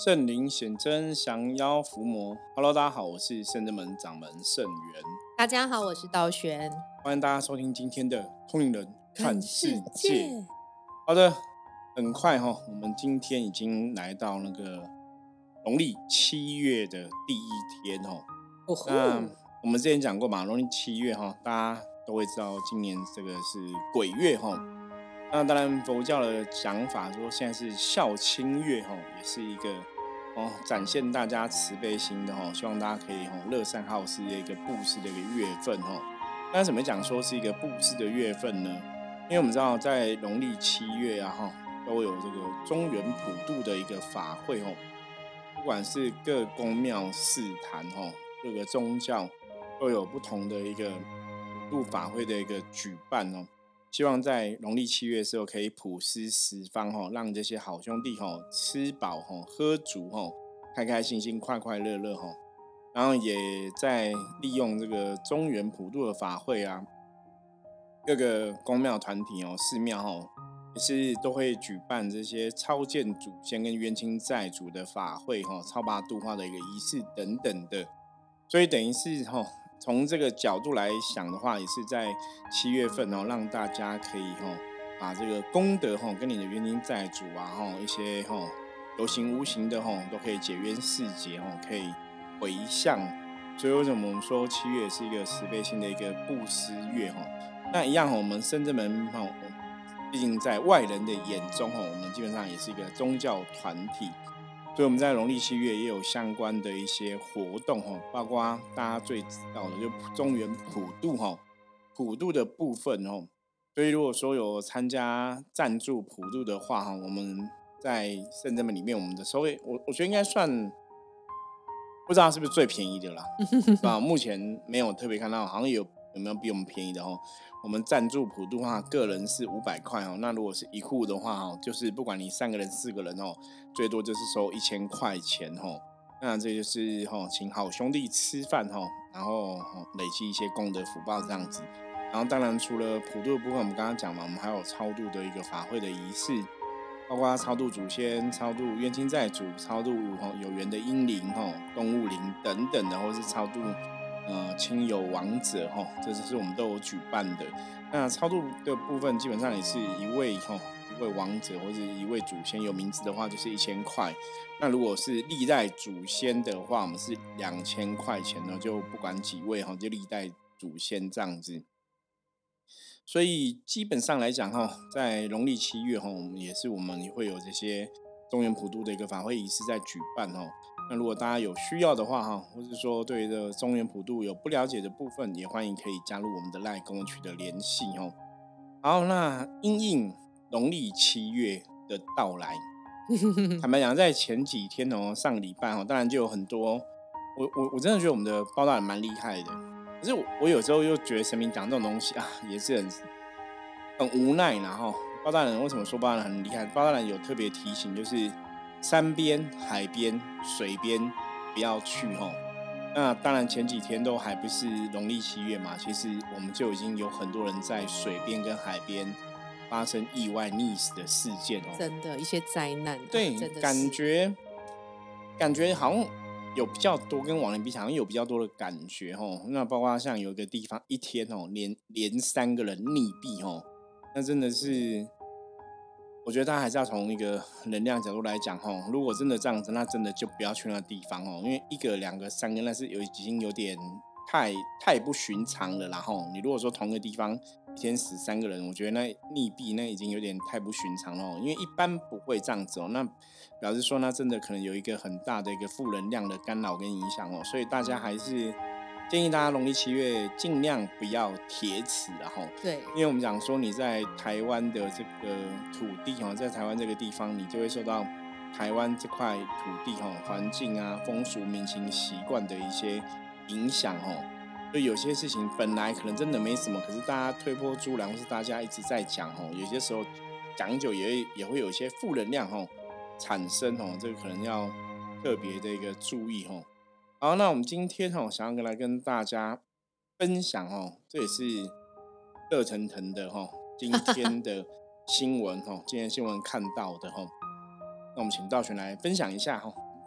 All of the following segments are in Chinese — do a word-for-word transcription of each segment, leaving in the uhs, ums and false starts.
圣灵显真，降妖伏魔。Hello，大家好，我是圣真门掌门圣元， 大家好，我是道玄。 欢迎大家收听今天的通灵人看世界。 界好的，很快哈、哦，我们今天已经来到那个农历七月的第一天哦。 哦吼， 那我们之前讲过嘛，农历七月哈、哦，大家都会知道今年这个是鬼月哈、哦。那当然，佛教的讲法说现在是孝亲月哈，也是一个哦展现大家慈悲心的哈，希望大家可以哈乐善好施的一个布施的一个月份哈。那怎么讲说是一个布施的月份呢？因为我们知道在农历七月啊哈，都有这个中元普渡的一个法会哈，不管是各宫庙寺坛哈，各个宗教都有不同的一个普渡法会的一个举办哦。希望在农历七月的时候可以普施十方哈，让这些好兄弟哈吃饱哈喝足哈，开开心心快快乐乐哈。然后也在利用这个中元普渡的法会啊，各个宫庙团体哦、寺庙哦，也是都会举办这些超荐祖先跟冤亲债主的法会哈、超拔度化的一个仪式等等的。所以等于是哈、从这个角度来想的话，也是在七月份哦，让大家可以哈、把这个功德哈、跟你的冤亲债主啊哈一些哈、有形无形的哈、都可以解冤释结哈、可以回向。所以为什么我们说七月是一个慈悲心的一个布施月哈？那一样哈，我们深圳门哈，毕竟在外人的眼中哈，我们基本上也是一个宗教团体。所以我们在农历七月也有相关的一些活动哈，包括大家最知道的就中元普渡哈，普渡的部分哈。所以如果说有参加赞助普渡的话哈，我们在圣真门里面，我们的收费我我觉得应该算不知道是不是最便宜的啦，啊，目前没有特别看到，好像有有没有比我们便宜的哈？我们赞助普渡的话，个人是五百块哦。那如果是一户的话哈，就是不管你三个人、四个人哦，最多就是收一千块钱哦。那这就是哈，请好兄弟吃饭哈，然后累积一些功德福报这样子。然后当然除了普渡的部分，我们刚刚讲嘛，我们还有超度的一个法会的仪式。包括超度祖先、超度冤亲债主、超度有缘的婴灵、动物灵等等的，或是超度呃亲友亡者，这是我们都有举办的。那超度的部分基本上也是一位一位亡者或者一位祖先有名字的话，就是一千块。那如果是历代祖先的话，我们是两千块钱呢，就不管几位就历代祖先这样子。所以基本上来讲哈，在农历七月哈，也是我们会有这些中元普渡的一个法会仪式在举办哈。那如果大家有需要的话哈，或是说对这中元普渡有不了解的部分，也欢迎可以加入我们的 LINE 跟我取得联系哦。好，那因应农历七月的到来，坦白讲，在前几天哦，上个礼拜哈，当然就有很多，我我我真的觉得我们的包大人蛮厉害的。可是 我, 我有时候又觉得神明讲这种东西啊，也是很很无奈啦哈。包大人为什么说包大人很厉害？包大人有特别提醒，就是山边、海边、水边不要去哈。那当然前几天都还不是农历七月嘛，其实我们就已经有很多人在水边跟海边发生意外溺死的事件哦。 真的一些灾难、啊， 对， 真的感觉感觉好像有比较多，跟往年比起来好像有比较多的感觉哦。那包括像有一个地方一天哦，连连三个人溺毙哦，那真的是，我觉得大家还是要从一个能量角度来讲哦。如果真的这样子，那真的就不要去那个地方哦，因为一个、两个、三个那是有已经有点太太不寻常了啦吼。你如果说同一个地方一天死三个人，我觉得那溺毙那已经有点太不寻常了哦，因为一般不会这样子哦。那表示说那真的可能有一个很大的一个负能量的干扰跟影响哦，所以大家还是建议大家农历七月尽量不要铁齿啦吼。 对， 因为我们讲说你在台湾的这个土地哦，在台湾这个地方，你就会受到台湾这块土地哦环境啊、风俗民情习惯的一些影响哦。所以有些事情本来可能真的没什么，可是大家推波助澜，或是大家一直在讲哦，有些时候讲久也会也会有一些负能量哦产生哦，这个可能要特别的一个注意哦。好，那我们今天哦想要来跟大家分享哦，这也是热腾腾的哦，今天的新闻哦，今天新闻看到的哦，那我们请道玄来分享一下哦。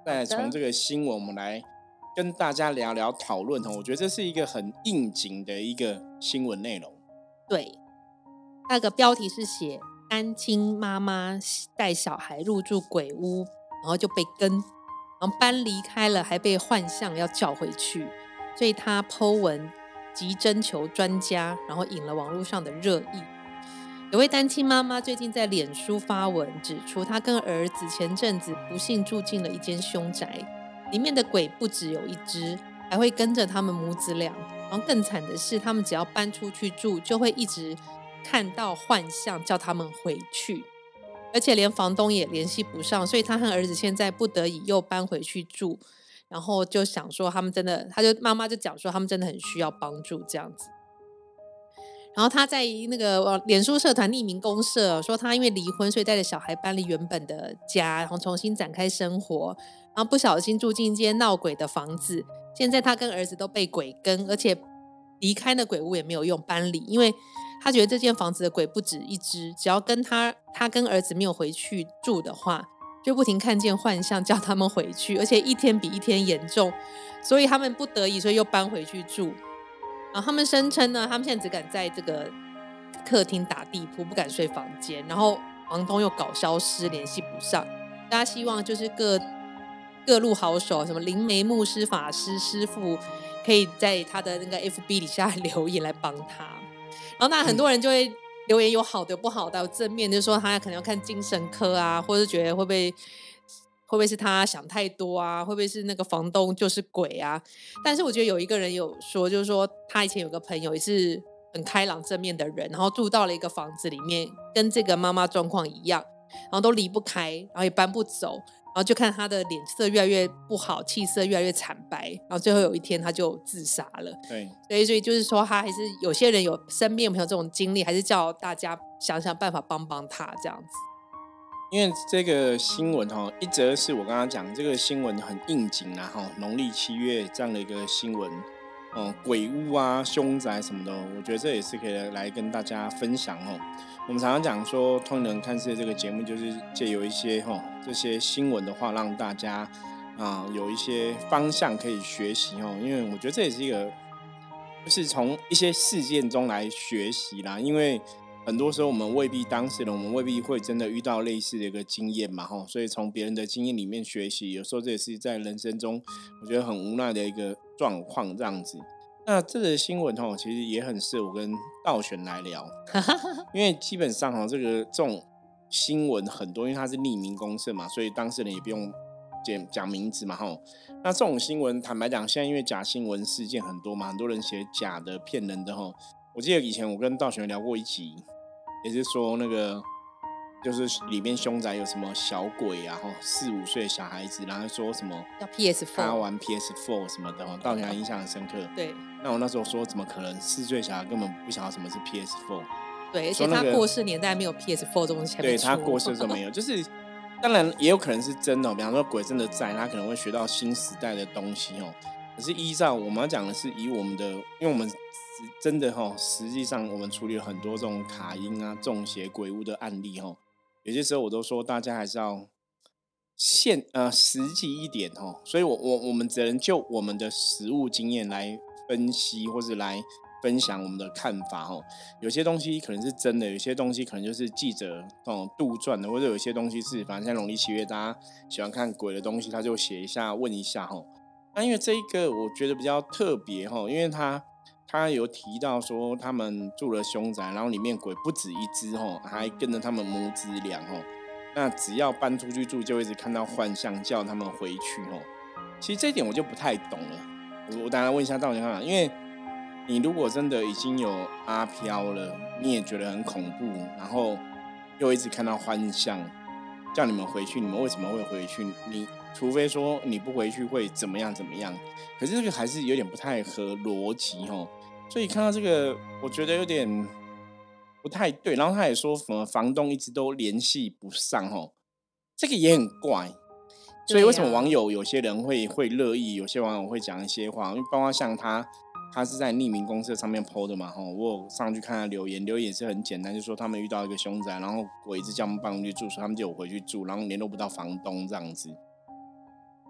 再从这个新闻我们来跟大家聊聊讨论。我觉得这是一个很应景的一个新闻内容。 对，那个标题是写单亲妈妈带小孩入住鬼屋，然后就被跟，然后搬离开了，还被幻象要叫回去，所以他 po 文急征求专家，然后引了网络上的热议。有位单亲妈妈最近在脸书发文指出，她跟儿子前阵子不幸住进了一间凶宅，里面的鬼不只有一只，还会跟着他们母子俩。然后更惨的是，他们只要搬出去住，就会一直看到幻象叫他们回去，而且连房东也联系不上，所以他和儿子现在不得已又搬回去住。然后就想说他们真的，他就妈妈就讲说他们真的很需要帮助这样子。然后他在那个脸书社团匿名公社说，他因为离婚，所以带着小孩搬离原本的家，然后重新展开生活，然后不小心住进一间闹鬼的房子。现在他跟儿子都被鬼跟，而且离开那鬼屋也没有用，搬离，因为他觉得这间房子的鬼不止一只，只要跟他他跟儿子没有回去住的话，就不停看见幻象叫他们回去，而且一天比一天严重，所以他们不得已，所以又搬回去住。然后他们声称呢，他们现在只敢在这个客厅打地铺，不敢睡房间，然后房东又搞消失，联系不上。大家希望就是各各路好手，什么灵媒、牧师、法师、师傅，可以在他的那个 F B 底下留言来帮他。然后那很多人就会留言，有好的有不好的，有正面就是说他可能要看精神科啊，或者觉得会不会会不会是他想太多啊，会不会是那个房东就是鬼啊。但是我觉得有一个人有说，就是说他以前有个朋友也是很开朗正面的人，然后住到了一个房子里面，跟这个妈妈状况一样，然后都离不开，然后也搬不走，然后就看他的脸色越来越不好，气色越来越惨白，然后最后有一天他就自杀了。 对， 所以所以就是说他还是有些人有身边有朋友这种经历，还是叫大家想想办法帮帮他这样子。 因为这个新闻哈，一则是我刚刚讲这个新闻很应景啊哈，农历七月这样的一个新闻，哦、嗯，鬼屋啊、凶宅什么的，我觉得这也是可以来跟大家分享哦。我们常常讲说，通人看世界这个节目就是借由一些哈这些新闻的话，让大家啊有一些方向可以学习哦。因为我觉得这也是一个，就是从一些事件中来学习啦，因为。很多时候我们未必当事人，我们未必会真的遇到类似的一个经验嘛，吼，所以从别人的经验里面学习，有时候这也是在人生中我觉得很无奈的一个状况这样子。那这个新闻吼，其实也很适合我跟道玄来聊，因为基本上吼，这个这种新闻很多，因为它是匿名公社嘛，所以当事人也不用讲讲名字嘛，吼。那这种新闻，坦白讲，现在因为假新闻事件很多嘛，很多人写假的、骗人的，吼。我记得以前我跟道玄聊过一集。也是说那个，就是里面凶宅有什么小鬼啊，四五岁小孩子，然后说什么要 P S 四， 他玩 P S 四 什么的，到现在印象很深刻。 对， 那我那时候说，怎么可能四岁小孩根本不晓得什么是 P S 四？ 对，而且他过世年代没有 P S 四 这东西， 对他过世的时候没有，就是当然也有可能是真的，比方说鬼真的在，他可能会学到新时代的东西哦。可是依照我们要讲的是以我们的，因为我们真的哈，实际上我们处理了很多这种卡因啊、中邪鬼屋的案例哈。有些时候我都说大家还是要现呃实际一点哈。所以我我我们只能就我们的实务经验来分析或者来分享我们的看法哈。有些东西可能是真的，有些东西可能就是记者哦杜撰的，或者有些东西是反正像农历七月大家喜欢看鬼的东西，他就写一下问一下哈。那因为这一个我觉得比较特别哈，因为他他有提到说他们住了凶宅，然后里面鬼不止一只哈，还跟着他们母子俩哈。那只要搬出去住，就一直看到幻象，叫他们回去哈。其实这一点我就不太懂了，我我当然问一下道玄看法，因为你如果真的已经有阿飘了，你也觉得很恐怖，然后又一直看到幻象，叫你们回去，你们为什么会回去？你除非说你不回去会怎么样怎么样，可是这个还是有点不太合逻辑齁。所以看到这个，我觉得有点不太对。然后他也说什么房东一直都联系不上齁，这个也很怪。所以为什么网友有些人会会乐意，有些网友会讲一些话，因为包括像他。他是在匿名公社上面 po 的嘛，我有上去看他留言，留言也是很简单，就说他们遇到一个凶宅，然后鬼一直叫他们搬回去住，所以他们就有回去住，然后联络不到房东这样子。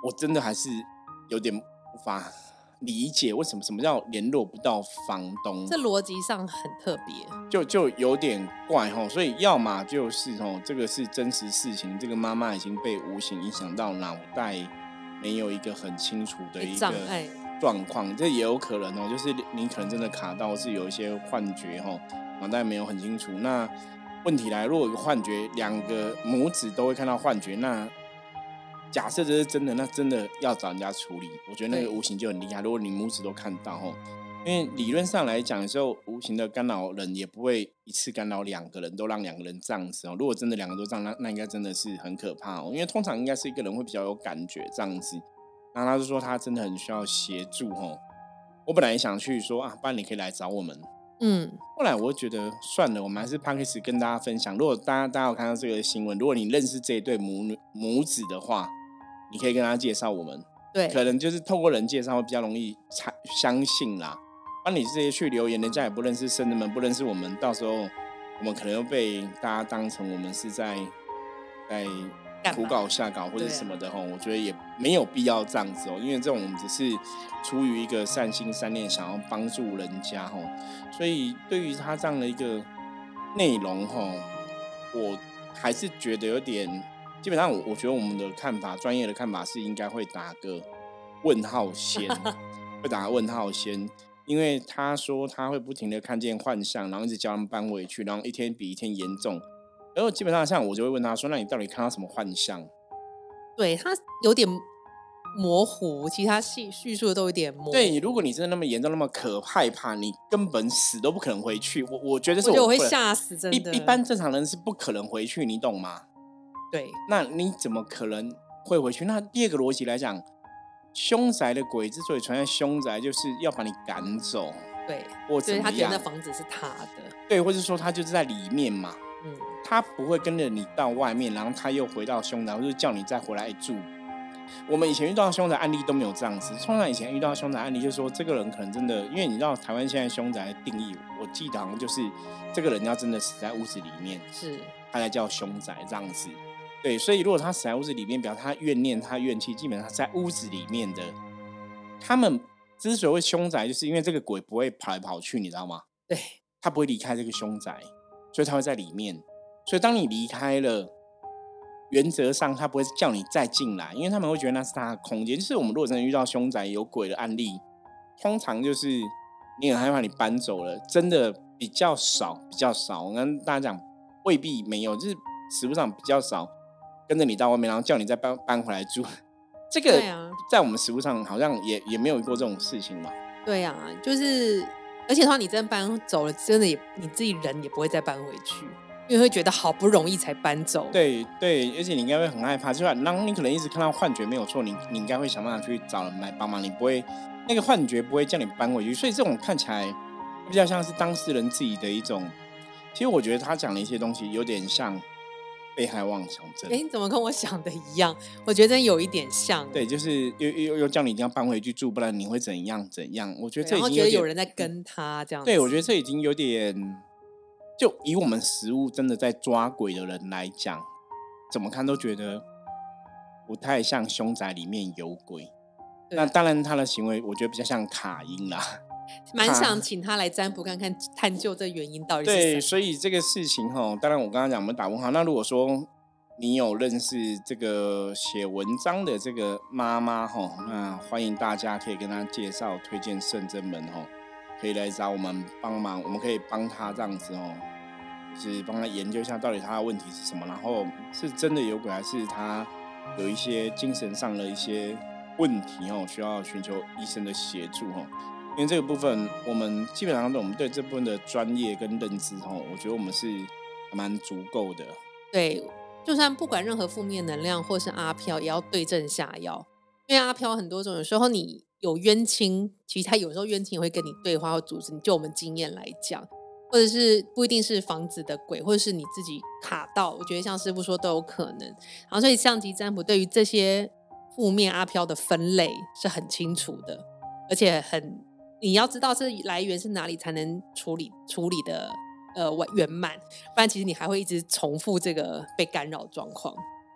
我真的还是有点无法理解为什么什么叫联络不到房东， 这逻辑上很特别， 就就有点怪吼。所以要么就是吼，这个是真实事情，这个妈妈已经被无形影响到脑袋，没有一个很清楚的一个状况，这也有可能哦。就是你可能真的卡到是有一些幻觉吼，脑袋没有很清楚。那问题来，如果有个幻觉，两个母子都会看到幻觉，那假设这是真的，那真的要找人家处理。我觉得那个无形就很厉害。如果你母子都看到吼，因为理论上来讲，有时候无形的干扰人也不会一次干扰两个人，都让两个人这样子哦。如果真的两个都这样，那那应该真的是很可怕哦。因为通常应该是一个人会比较有感觉这样子。然后他就说他真的很需要协助吼。我本来也想去说啊，不然你可以来找我们。嗯，后来我就觉得算了，我们还是 Podcast 跟大家分享。如果大家大家有看到这个新闻，如果你认识这一对母母子的话，你可以跟他介绍我们。对，可能就是透过人介绍会比较容易相信啦。帮你直接去留言，人家也不认识生人们，不认识我们，到时候我们可能又被大家当成我们是在在胡搞下搞或者什么的吼、啊，我觉得也没有必要这样子哦，因为这种我们只是出于一个善心善念，想要帮助人家吼，所以对于他这样的一个内容吼，我还是觉得有点，基本上我我觉得我们的看法，专业的看法是应该会打个问号先，会打个问号先。因为他说他会不停的看见幻象，然后一直叫他们搬回去，然后一天比一天严重。然后基本上像我就会问他说，那你到底看到什么幻象？ 对，他有点模糊，其他叙述的都有点模糊。 对，如果你真的那么严重那么可害怕，你根本死都不可能回去。我我觉得是我， 我觉得我会吓死，真的。 一一般正常人是不可能回去，你懂吗？ 对， 那你怎么可能会回去？那第二个逻辑来讲，凶宅的鬼之所以存在凶宅，就是要把你赶走。 对， 或怎么样， 所以他觉得那房子是他的。 对，或者说他就是在里面嘛。嗯，他不会跟着你到外面，然后他又回到凶宅，或者叫你再回来住。我们以前遇到凶宅案例都没有这样子。通常以前遇到凶宅案例，就是说这个人可能真的，因为你知道台湾现在凶宅的定义，我记得好像就是这个人要真的死在屋子里面，是他才叫凶宅这样子。对，所以如果他死在屋子里面，表示他怨念、他怨气，基本上在屋子里面的。他们之所以会凶宅，就是因为这个鬼不会跑来跑去，你知道吗？ 对， 他不会离开这个凶宅，所以他会在里面。所以当你离开了，原则上他不会叫你再进来，因为他们会觉得那是他的空间。就是我们如果真的遇到凶宅有鬼的案例，通常就是你很害怕你搬走了，真的比较少，比较少。我跟大家讲，未必没有，就是实务上比较少跟着你到外面，然后叫你再搬搬回来住。这个在我们实务上好像也也没有过这种事情嘛。 对啊，就是而且的话，你真的搬走了，真的也你自己人也不会再搬回去。因为会觉得好不容易才搬走， 对对，而且你应该会很害怕，就然后你可能一直看到幻觉没有错，你你应该会想办法去找人来帮忙，你不会那个幻觉不会叫你搬回去，所以这种看起来比较像是当事人自己的一种。其实我觉得他讲的一些东西有点像被害妄想症。 哎，你怎么跟我想的一样？我觉得真有一点像。 对，就是又又又叫你一定要搬回去住，不然你会怎样怎样？我觉得这已经有点， 然后觉得有人在跟他这样子。 对，我觉得这已经有点。就以我们实务真的在抓鬼的人来讲，怎么看都觉得不太像凶宅里面有鬼。那当然他的行为我觉得比较像卡因啦， 蛮想请他来占卜看看，探究这原因到底是什么。 对，所以这个事情当然我刚刚讲我们打问号。那如果说你有认识这个写文章的这个妈妈，那欢迎大家可以跟她介绍推荐圣真门，可以来找我们帮忙，我们可以帮她这样子哦，就是帮他研究一下到底他的问题是什么，然后是真的有鬼还是他有一些精神上的一些问题哦，需要寻求医生的协助哦。因为这个部分我们基本上我们对这部分的专业跟认知哦，我觉得我们是还蛮足够的。 对，就算不管任何负面能量或是阿飘，也要对症下药。因为阿飘很多种，有时候你有冤亲，其实他有时候冤亲也会跟你对话或组织。你就我们经验来讲，或者是不一定是房子的鬼，或者是你自己卡到，我觉得像师父说都有可能。然后所以象棋占卜对于这些负面阿飘的分类是很清楚的，而且很你要知道这来源是哪里才能处理处理的呃圆满，不然其实你还会一直重复这个被干扰状况。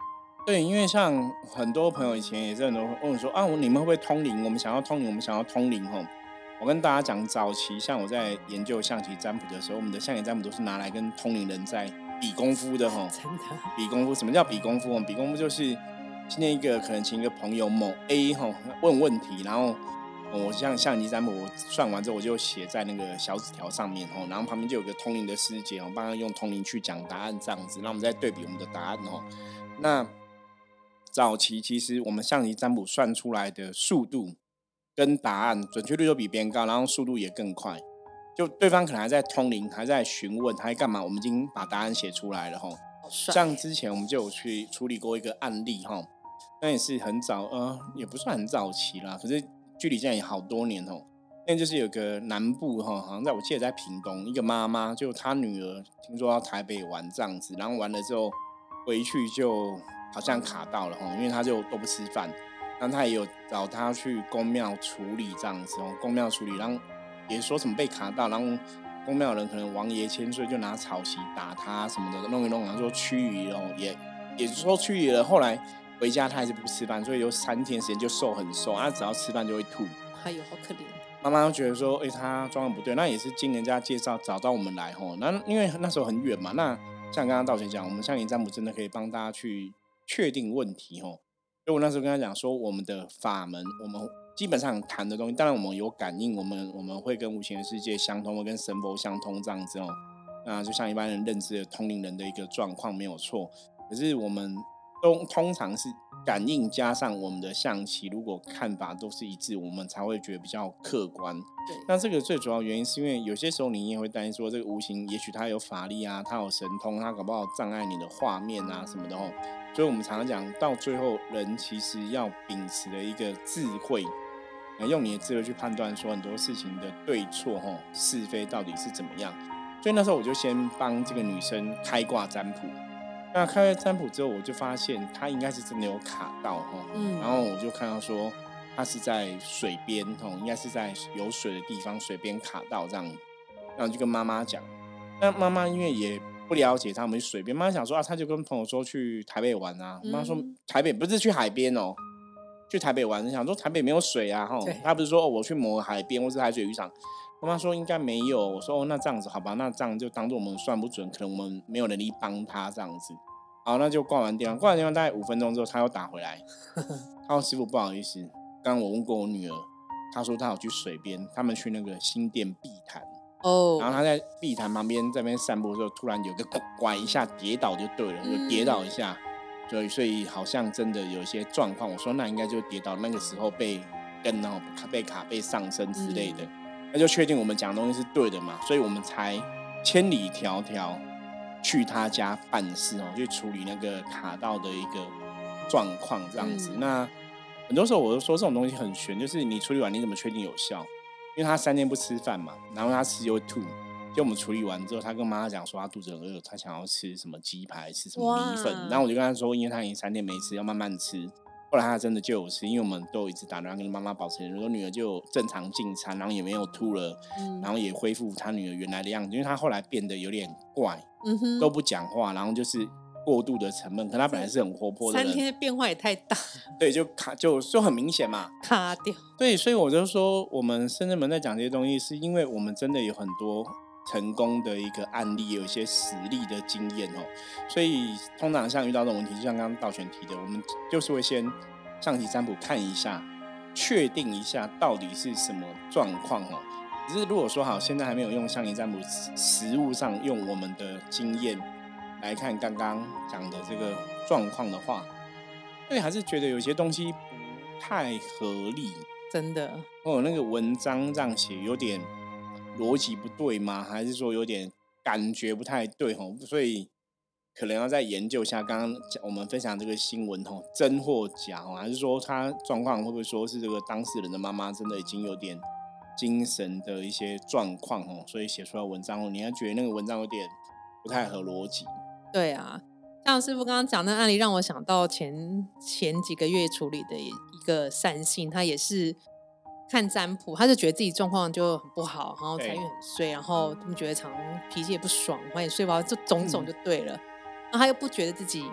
对，因为像很多朋友以前也是很多问我说啊，你们会不会通灵？我们想要通灵，我们想要通灵吼。我跟大家讲，早期像我在研究象棋占卜的时候，我们的象棋占卜都是拿来跟通灵人在比功夫的吼。 真的。 比功夫，什么叫比功夫？比功夫就是今天一个可能请一个朋友某 A 吼问问题，然后我像象棋占卜，我算完之后我就写在那个小纸条上面吼，然后旁边就有个通灵的师姐哦，帮他用通灵去讲答案这样子，那我们再对比我们的答案吼。那早期其实我们象棋占卜算出来的速度跟答案准确率都比别人高，然后速度也更快。就对方可能还在通灵，还在询问，还在干嘛？我们已经把答案写出来了哈。像之前我们就有去处理过一个案例哈，那也是很早，呃，也不算很早期啦，可是距离现在也好多年哦。那就是有个南部哈，好像在我记得在屏东，一个妈妈就她女儿听说到台北玩这样子，然后完了之后回去就好像卡到了哈，因为她就都不吃饭，然后她也有找她去公庙处理这样子哦，公庙处理，然后也说什么被卡到，然后公庙人可能王爷千岁就拿草席打他什么的，弄一弄，然后说驱离了，也也说驱离了。后来回家他还是不吃饭，所以有三天时间就瘦很瘦，他只要吃饭就会吐。 哎呦，好可怜。 妈妈觉得说，哎、欸，他状况不对，那也是经人家介绍找到我们来吼。那因为那时候很远嘛，那像刚刚道贤讲，我们象棋占卜真的可以帮大家去确定问题吼。所以我那时候跟他讲说，我们的法门，我们基本上谈的东西，当然我们有感应，我们我们会跟无形的世界相通，会跟神佛相通这样子哦。那就像一般人认知的通灵人的一个状况没有错，可是我们都通常是感应加上我们的象棋，如果看法都是一致，我们才会觉得比较客观。 对， 那这个最主要原因是因为有些时候你也会担心说，这个无形也许他有法力啊，他有神通，他搞不好障碍你的画面啊什么的哦。所以我们常常讲到最后，人其实要秉持的一个智慧，用你的智慧去判断说很多事情的对错吼，是非到底是怎么样。所以那时候我就先帮这个女生开卦占卜。那开完占卜之后，我就发现她应该是真的有卡到吼，嗯，然后我就看到说她是在水边吼，应该是在有水的地方，水边卡到这样。那我就跟妈妈讲，那妈妈因为也不了解他们水边，妈妈想说啊，她就跟朋友说去台北玩啊。妈妈说台北不是去海边哦，去台北玩，想说台北没有水啊吼。她不是说、哦、我去某个海边或是海水浴场。妈妈说应该没有，我说、哦、那这样子好吧，那这样就当做我们算不准，可能我们没有能力帮他这样子。好，那就挂完电话，挂完电话大概五分钟之后，他又打回来，他说师傅不好意思，刚刚我问过我女儿，她说她有去水边，他们去那个新店碧潭哦，然后他在碧潭旁边在那边散步的时候，突然有个拐一下跌倒就对了，就跌倒一下，所以所以好像真的有一些状况。我说那应该就跌倒那个时候被跟然后被卡被上身之类的。嗯，那就确定我们讲的东西是对的嘛，所以我们才千里迢迢去他家办事哦，去处理那个卡到的一个状况这样子。嗯，那很多时候我就说这种东西很玄，就是你处理完你怎么确定有效？因为他三天不吃饭嘛，然后他吃就会吐。就我们处理完之后，他跟妈妈讲说他肚子很饿，他想要吃什么鸡排，吃什么米粉。然后我就跟他说，因为他已经三天没吃，要慢慢吃。后来他真的就有吃，因为我们都一直打电话跟妈妈保持联络，说女儿就正常进餐，然后也没有吐了，嗯，然后也恢复他女儿原来的样子。因为他后来变得有点怪，嗯哼，都不讲话，然后就是过度的沉闷。可他本来是很活泼的人， 三天的变化也太大， 对，就卡就就很明显嘛， 卡掉。 对，所以我就说，我们圣人们在讲这些东西，是因为我们真的有很多成功的一个案例，有一些实例的经验哦。所以通常像遇到这种问题，就像刚刚道玄提的，我们就是会先象棋占卜看一下，确定一下到底是什么状况哦。只是如果说好，现在还没有用象棋占卜，实物上用我们的经验来看刚刚讲的这个状况的话，对，还是觉得有些东西不太合理。 真的， 哦，那个文章这样写有点逻辑不对吗？还是说有点感觉不太对吼？所以可能要再研究一下刚刚我们分享这个新闻吼，真或假吼，还是说他状况会不会说是这个当事人的妈妈真的已经有点精神的一些状况吼，所以写出来文章后，你还觉得那个文章有点不太合逻辑？ 对啊，像师傅刚刚讲的案例，让我想到前前几个月处理的一个善信，他也是看占卜，他就觉得自己状况就很不好，然后财运很衰，然后他们觉得常脾气也不爽，然后也睡不好，就种种就对了。然后他又不觉得自己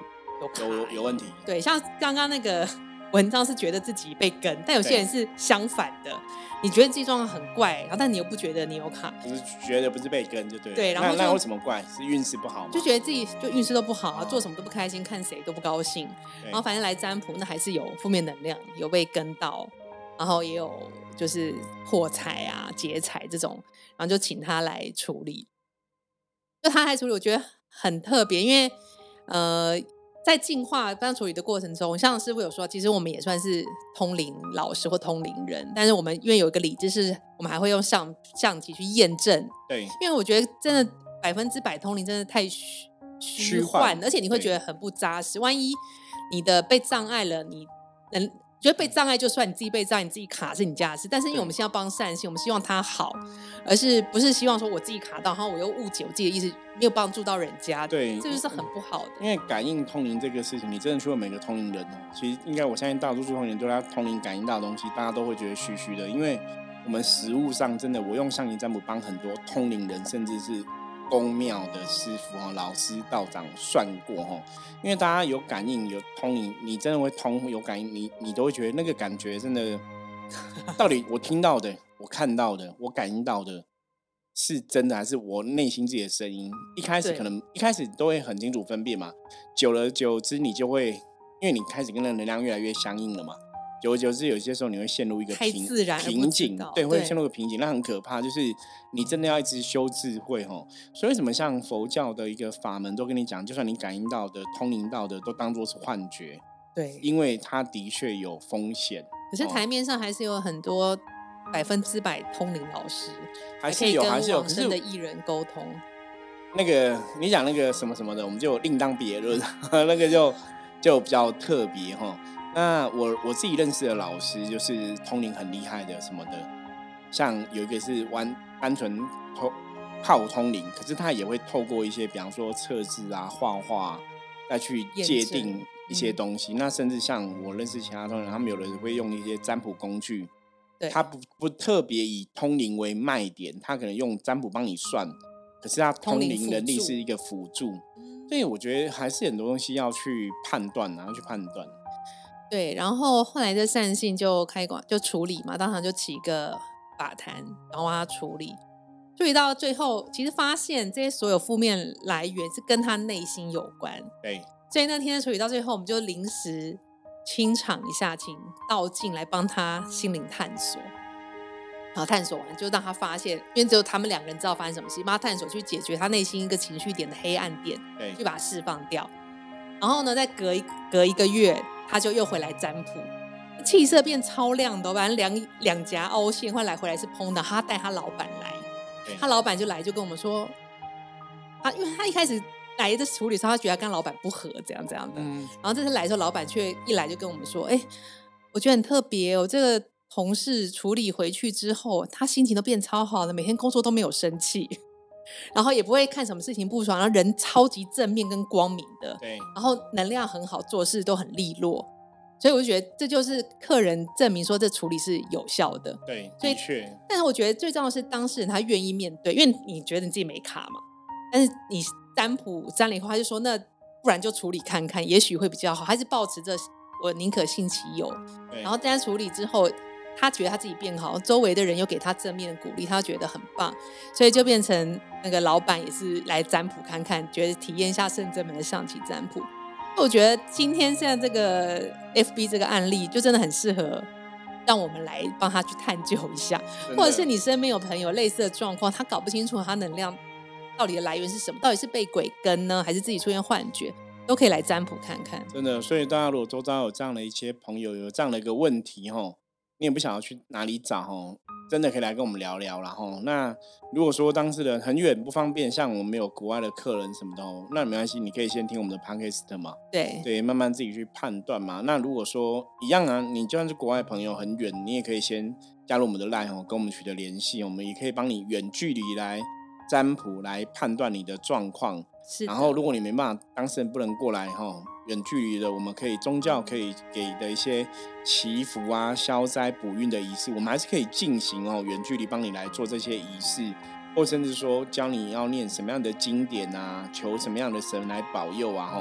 有卡有有问题。 对，像刚刚那个文章是觉得自己被跟，但有些人是相反的，你觉得自己状况很怪，然后但你又不觉得你有卡， 就是觉得不是被跟就对了。 对，然后那那为什么怪？是运势不好吗？ 就觉得自己就运势都不好啊， 哦做什么都不开心，看谁都不高兴， 对然后反正来占卜，那还是有负面能量，有被跟到，然后也有就是破财啊、劫财这种，然后就请他来处理。就他来处理，我觉得很特别，因为呃，在进化帮处理的过程中，像师傅有说，其实我们也算是通灵老师或通灵人，但是我们因为有一个理智是，我们还会用相相机去验证。 对， 因为我觉得真的百分之百通灵真的太虚虚幻，而且你会觉得很不扎实。万一你的被障碍了，你能觉得被障碍就算，你自己被障碍，你自己卡是你家的事。但是因为我们现在要帮善心，我们希望他好，而是不是希望说我自己卡到，然后我又误解我自己的意思，没有帮助到人家， 对， 这就是很不好的。 因为感应通灵这个事情，你真的去问每个通灵人哦，其实应该我相信大多数通灵人对他通灵感应到的东西，大家都会觉得虚虚的，因为我们实物上真的，我用象形占卜帮很多通灵人，甚至是宫庙的师傅哈、老师、道长算过哈，因为大家有感应、有通灵，你真的会通有感应，你你都会觉得那个感觉真的，到底我听到的、我看到的、我感应到的，是真的还是我内心自己的声音？一开始可能一开始都会很清楚分辨嘛，久了久之你就会，因为你开始跟那个能量越来越相应了嘛。久而久之，有些时候你会陷入一个瓶瓶颈，对，会陷入一个瓶颈，那很可怕。就是你真的要一直修智慧哈。所以为什么像佛教的一个法门都跟你讲，就算你感应到的、通灵到的，都当作是幻觉， 对， 因为它的确有风险。 可是台面上还是有很多百分之百通灵老师， 还是有，还是有， 可是的艺人沟通。 那个你讲那个什么什么的，我们就另当别论，那个就就比较特别哈。那我我自己认识的老师，就是通灵很厉害的什么的，像有一个是玩单纯通靠通灵，可是他也会透过一些，比方说测字啊、画画，再去界定一些东西。嗯、那甚至像我认识其他通灵人，他们有的会用一些占卜工具，他不不特别以通灵为卖点，他可能用占卜帮你算，可是他通灵能力是一个辅助。所以我觉得还是很多东西要去判断啊，要去判断。 对，然后后来这善信就开馆就处理嘛，当场就起一个法坛，然后他处理，处理到最后，其实发现这些所有负面来源是跟他内心有关。 对， 所以那天处理到最后，我们就临时清场一下，请道静来帮他心灵探索。然后探索完，就让他发现，因为只有他们两个人知道发生什么事，帮他探索去解决他内心一个情绪点的黑暗点， 对， 去把它释放掉。然后呢，再隔一隔一个月，他就又回来占卜，气色变超亮的，反正两两颊凹陷，后来回来是嘭的。他带他老板来，他老板就来就跟我们说，他因为他一开始来这处理的时候，他觉得他跟老板不合，这样这样的。嗯、然后这次来的时候，老板却一来就跟我们说，哎，我觉得很特别哦，这个同事处理回去之后，他心情都变超好的，每天工作都没有生气。然后也不会看什么事情不爽，然后人超级正面跟光明的， 对， 然后能量很好，做事都很利落，所以我就觉得这就是客人证明说这处理是有效的。 对，的确。 但是我觉得最重要的是当事人他愿意面对，因为你觉得你自己没卡嘛，但是你占卜占了以后，他就说那不然就处理看看，也许会比较好，还是抱持着我宁可信其有。然后大家处理之后，他觉得他自己变好，周围的人又给他正面的鼓励，他觉得很棒，所以就变成那个老板也是来占卜看看，觉得体验一下圣真门的象棋占卜。我觉得今天现在这个 F B 这个案例就真的很适合让我们来帮他去探究一下，或者是你身边有朋友类似的状况，他搞不清楚他能量到底的来源是什么，到底是被鬼跟呢，还是自己出现幻觉，都可以来占卜看看。 真的，所以大家如果周遭有这样的一些朋友有这样的一个问题齁，你也不想要去哪里找齁，真的可以来跟我们聊聊啦齁。那如果说当事人很远不方便，像我们有国外的客人什么的齁，那没关系，你可以先听我们的 podcast 嘛， 对对，慢慢自己去判断嘛。那如果说一样啊，你就算是国外朋友很远，你也可以先加入我们的 LINE 齁，跟我们取得联系，我们也可以帮你远距离来占卜，来判断你的状况。然后如果你没办法，当事人不能过来齁，远距离的，我们可以宗教可以给的一些祈福啊、消灾补运的仪式，我们还是可以进行哦。远距离帮你来做这些仪式，或甚至说教你要念什么样的经典啊，求什么样的神来保佑啊，吼，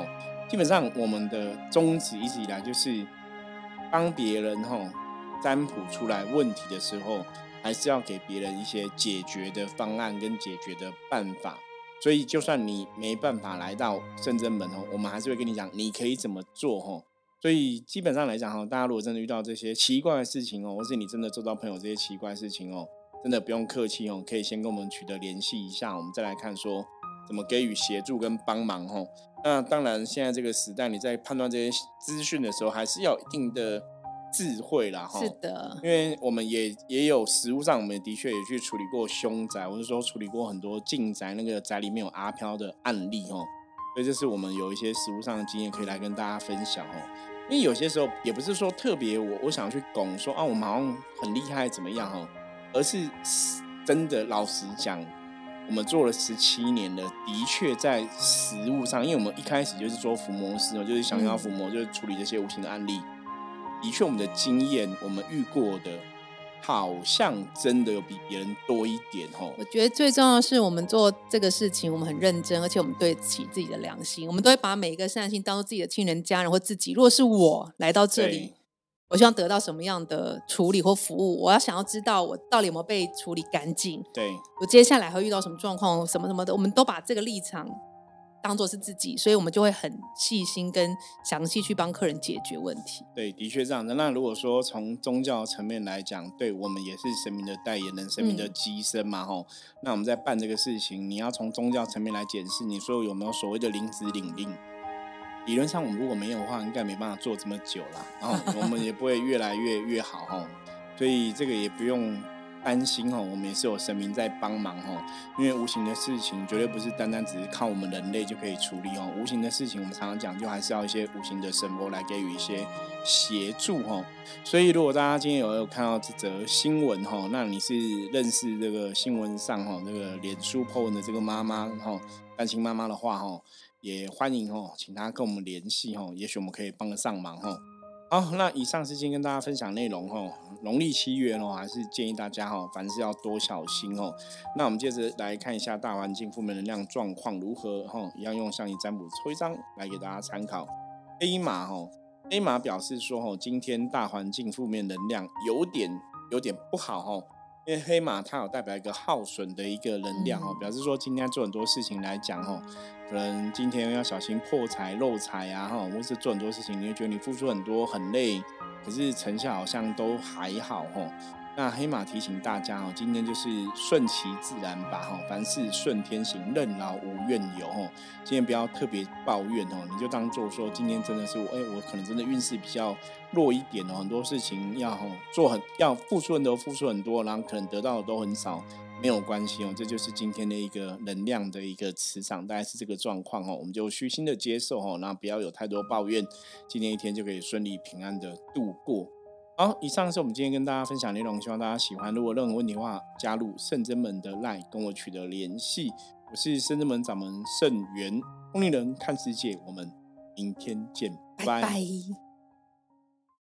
基本上我们的宗旨一直以来就是帮别人吼占卜出来问题的时候，还是要给别人一些解决的方案跟解决的办法。所以就算你没办法来到圣真门吼，我们还是会跟你讲你可以怎么做吼。所以基本上来讲吼，大家如果真的遇到这些奇怪的事情哦，或是你真的周遭朋友这些奇怪的事情哦，真的不用客气哦，可以先跟我们取得联系一下，我们再来看说怎么给予协助跟帮忙吼。那当然，现在这个时代，你在判断这些资讯的时候，还是要有一定的智慧啦。 是的， 因为我们也也有实务上，我们的确也去处理过凶宅，或者说处理过很多禁宅，那个宅里面有阿飘的案例哦。所以这是我们有一些实务上的经验可以来跟大家分享哦。因为有些时候也不是说特别我我想去拱说啊，我们好像很厉害怎么样哦，而是真的老实讲。我们做了十七年了，的确在实务上，因为我们一开始就是做伏魔师，就是想要伏魔，就是处理这些无形的案例。的确，我们的经验，我们遇过的，好像真的有比别人多一点哦。 我觉得最重要的是，我们做这个事情，我们很认真，而且我们对得起自己的良心，我们都会把每一个善心当做自己的亲人、家人或自己。如果是我来到这里，我希望得到什么样的处理或服务，我要想要知道我到底有没有被处理干净， 对， 我接下来会遇到什么状况，什么什么的，我们都把这个立场当作是自己，所以我们就会很细心跟详细去帮客人解决问题。 对，的确这样的。那如果说从宗教层面来讲，对我们也是神明的代言人，神明的机身嘛吼、嗯。那我们在办这个事情，你要从宗教层面来检视，你说有没有所谓的灵子领令？理论上我们如果没有的话，应该没办法做这么久啦，然后我们也不会越来越越好吼，所以这个也不用担心吼，我们也是有神明在帮忙吼，因为无形的事情绝对不是单单只是靠我们人类就可以处理吼，无形的事情我们常常讲，就还是要一些无形的神佛来给予一些协助吼。所以如果大家今天有有看到这则新闻吼，那你是认识这个新闻上吼这个脸书 po 文的这个妈妈吼，单亲妈妈的话吼。也欢迎哦，请他跟我们联系哦，也许我们可以帮得上忙哦。好，那以上是今天跟大家分享内容哦。农历七月哦，还是建议大家哦，凡事要多小心哦。那我们接着来看一下大环境负面能量状况如何哦，一样用象棋占卜抽一张来给大家参考。黑马哦，黑马表示说哦，今天大环境负面能量有点有点不好哦。因为黑马它有代表一个耗损的一个能量哦， 嗯、 表示说今天做很多事情来讲哦，可能今天要小心破财漏财啊哈，或是做很多事情，你会觉得你付出很多很累，可是成效好像都还好哦。那黑马提醒大家哦，今天就是顺其自然吧哈，凡事顺天行，任劳无怨尤哦。今天不要特别抱怨哦，你就当做说今天真的是我，哎，我可能真的运势比较弱一点哦，很多事情要做很要付出很多，付出很多，然后可能得到的都很少，没有关系哦，这就是今天的一个能量的一个磁场，大概是这个状况哦，我们就虚心的接受哦，然后不要有太多抱怨，今天一天就可以顺利平安的度过。好，以上是我们今天跟大家分享的内容，希望大家喜欢。如果任何问题的话，加入圣真门的 LINE 跟我取得联系。我是圣真门掌门圣元，通灵人看世界，我们明天见，拜拜。 拜拜。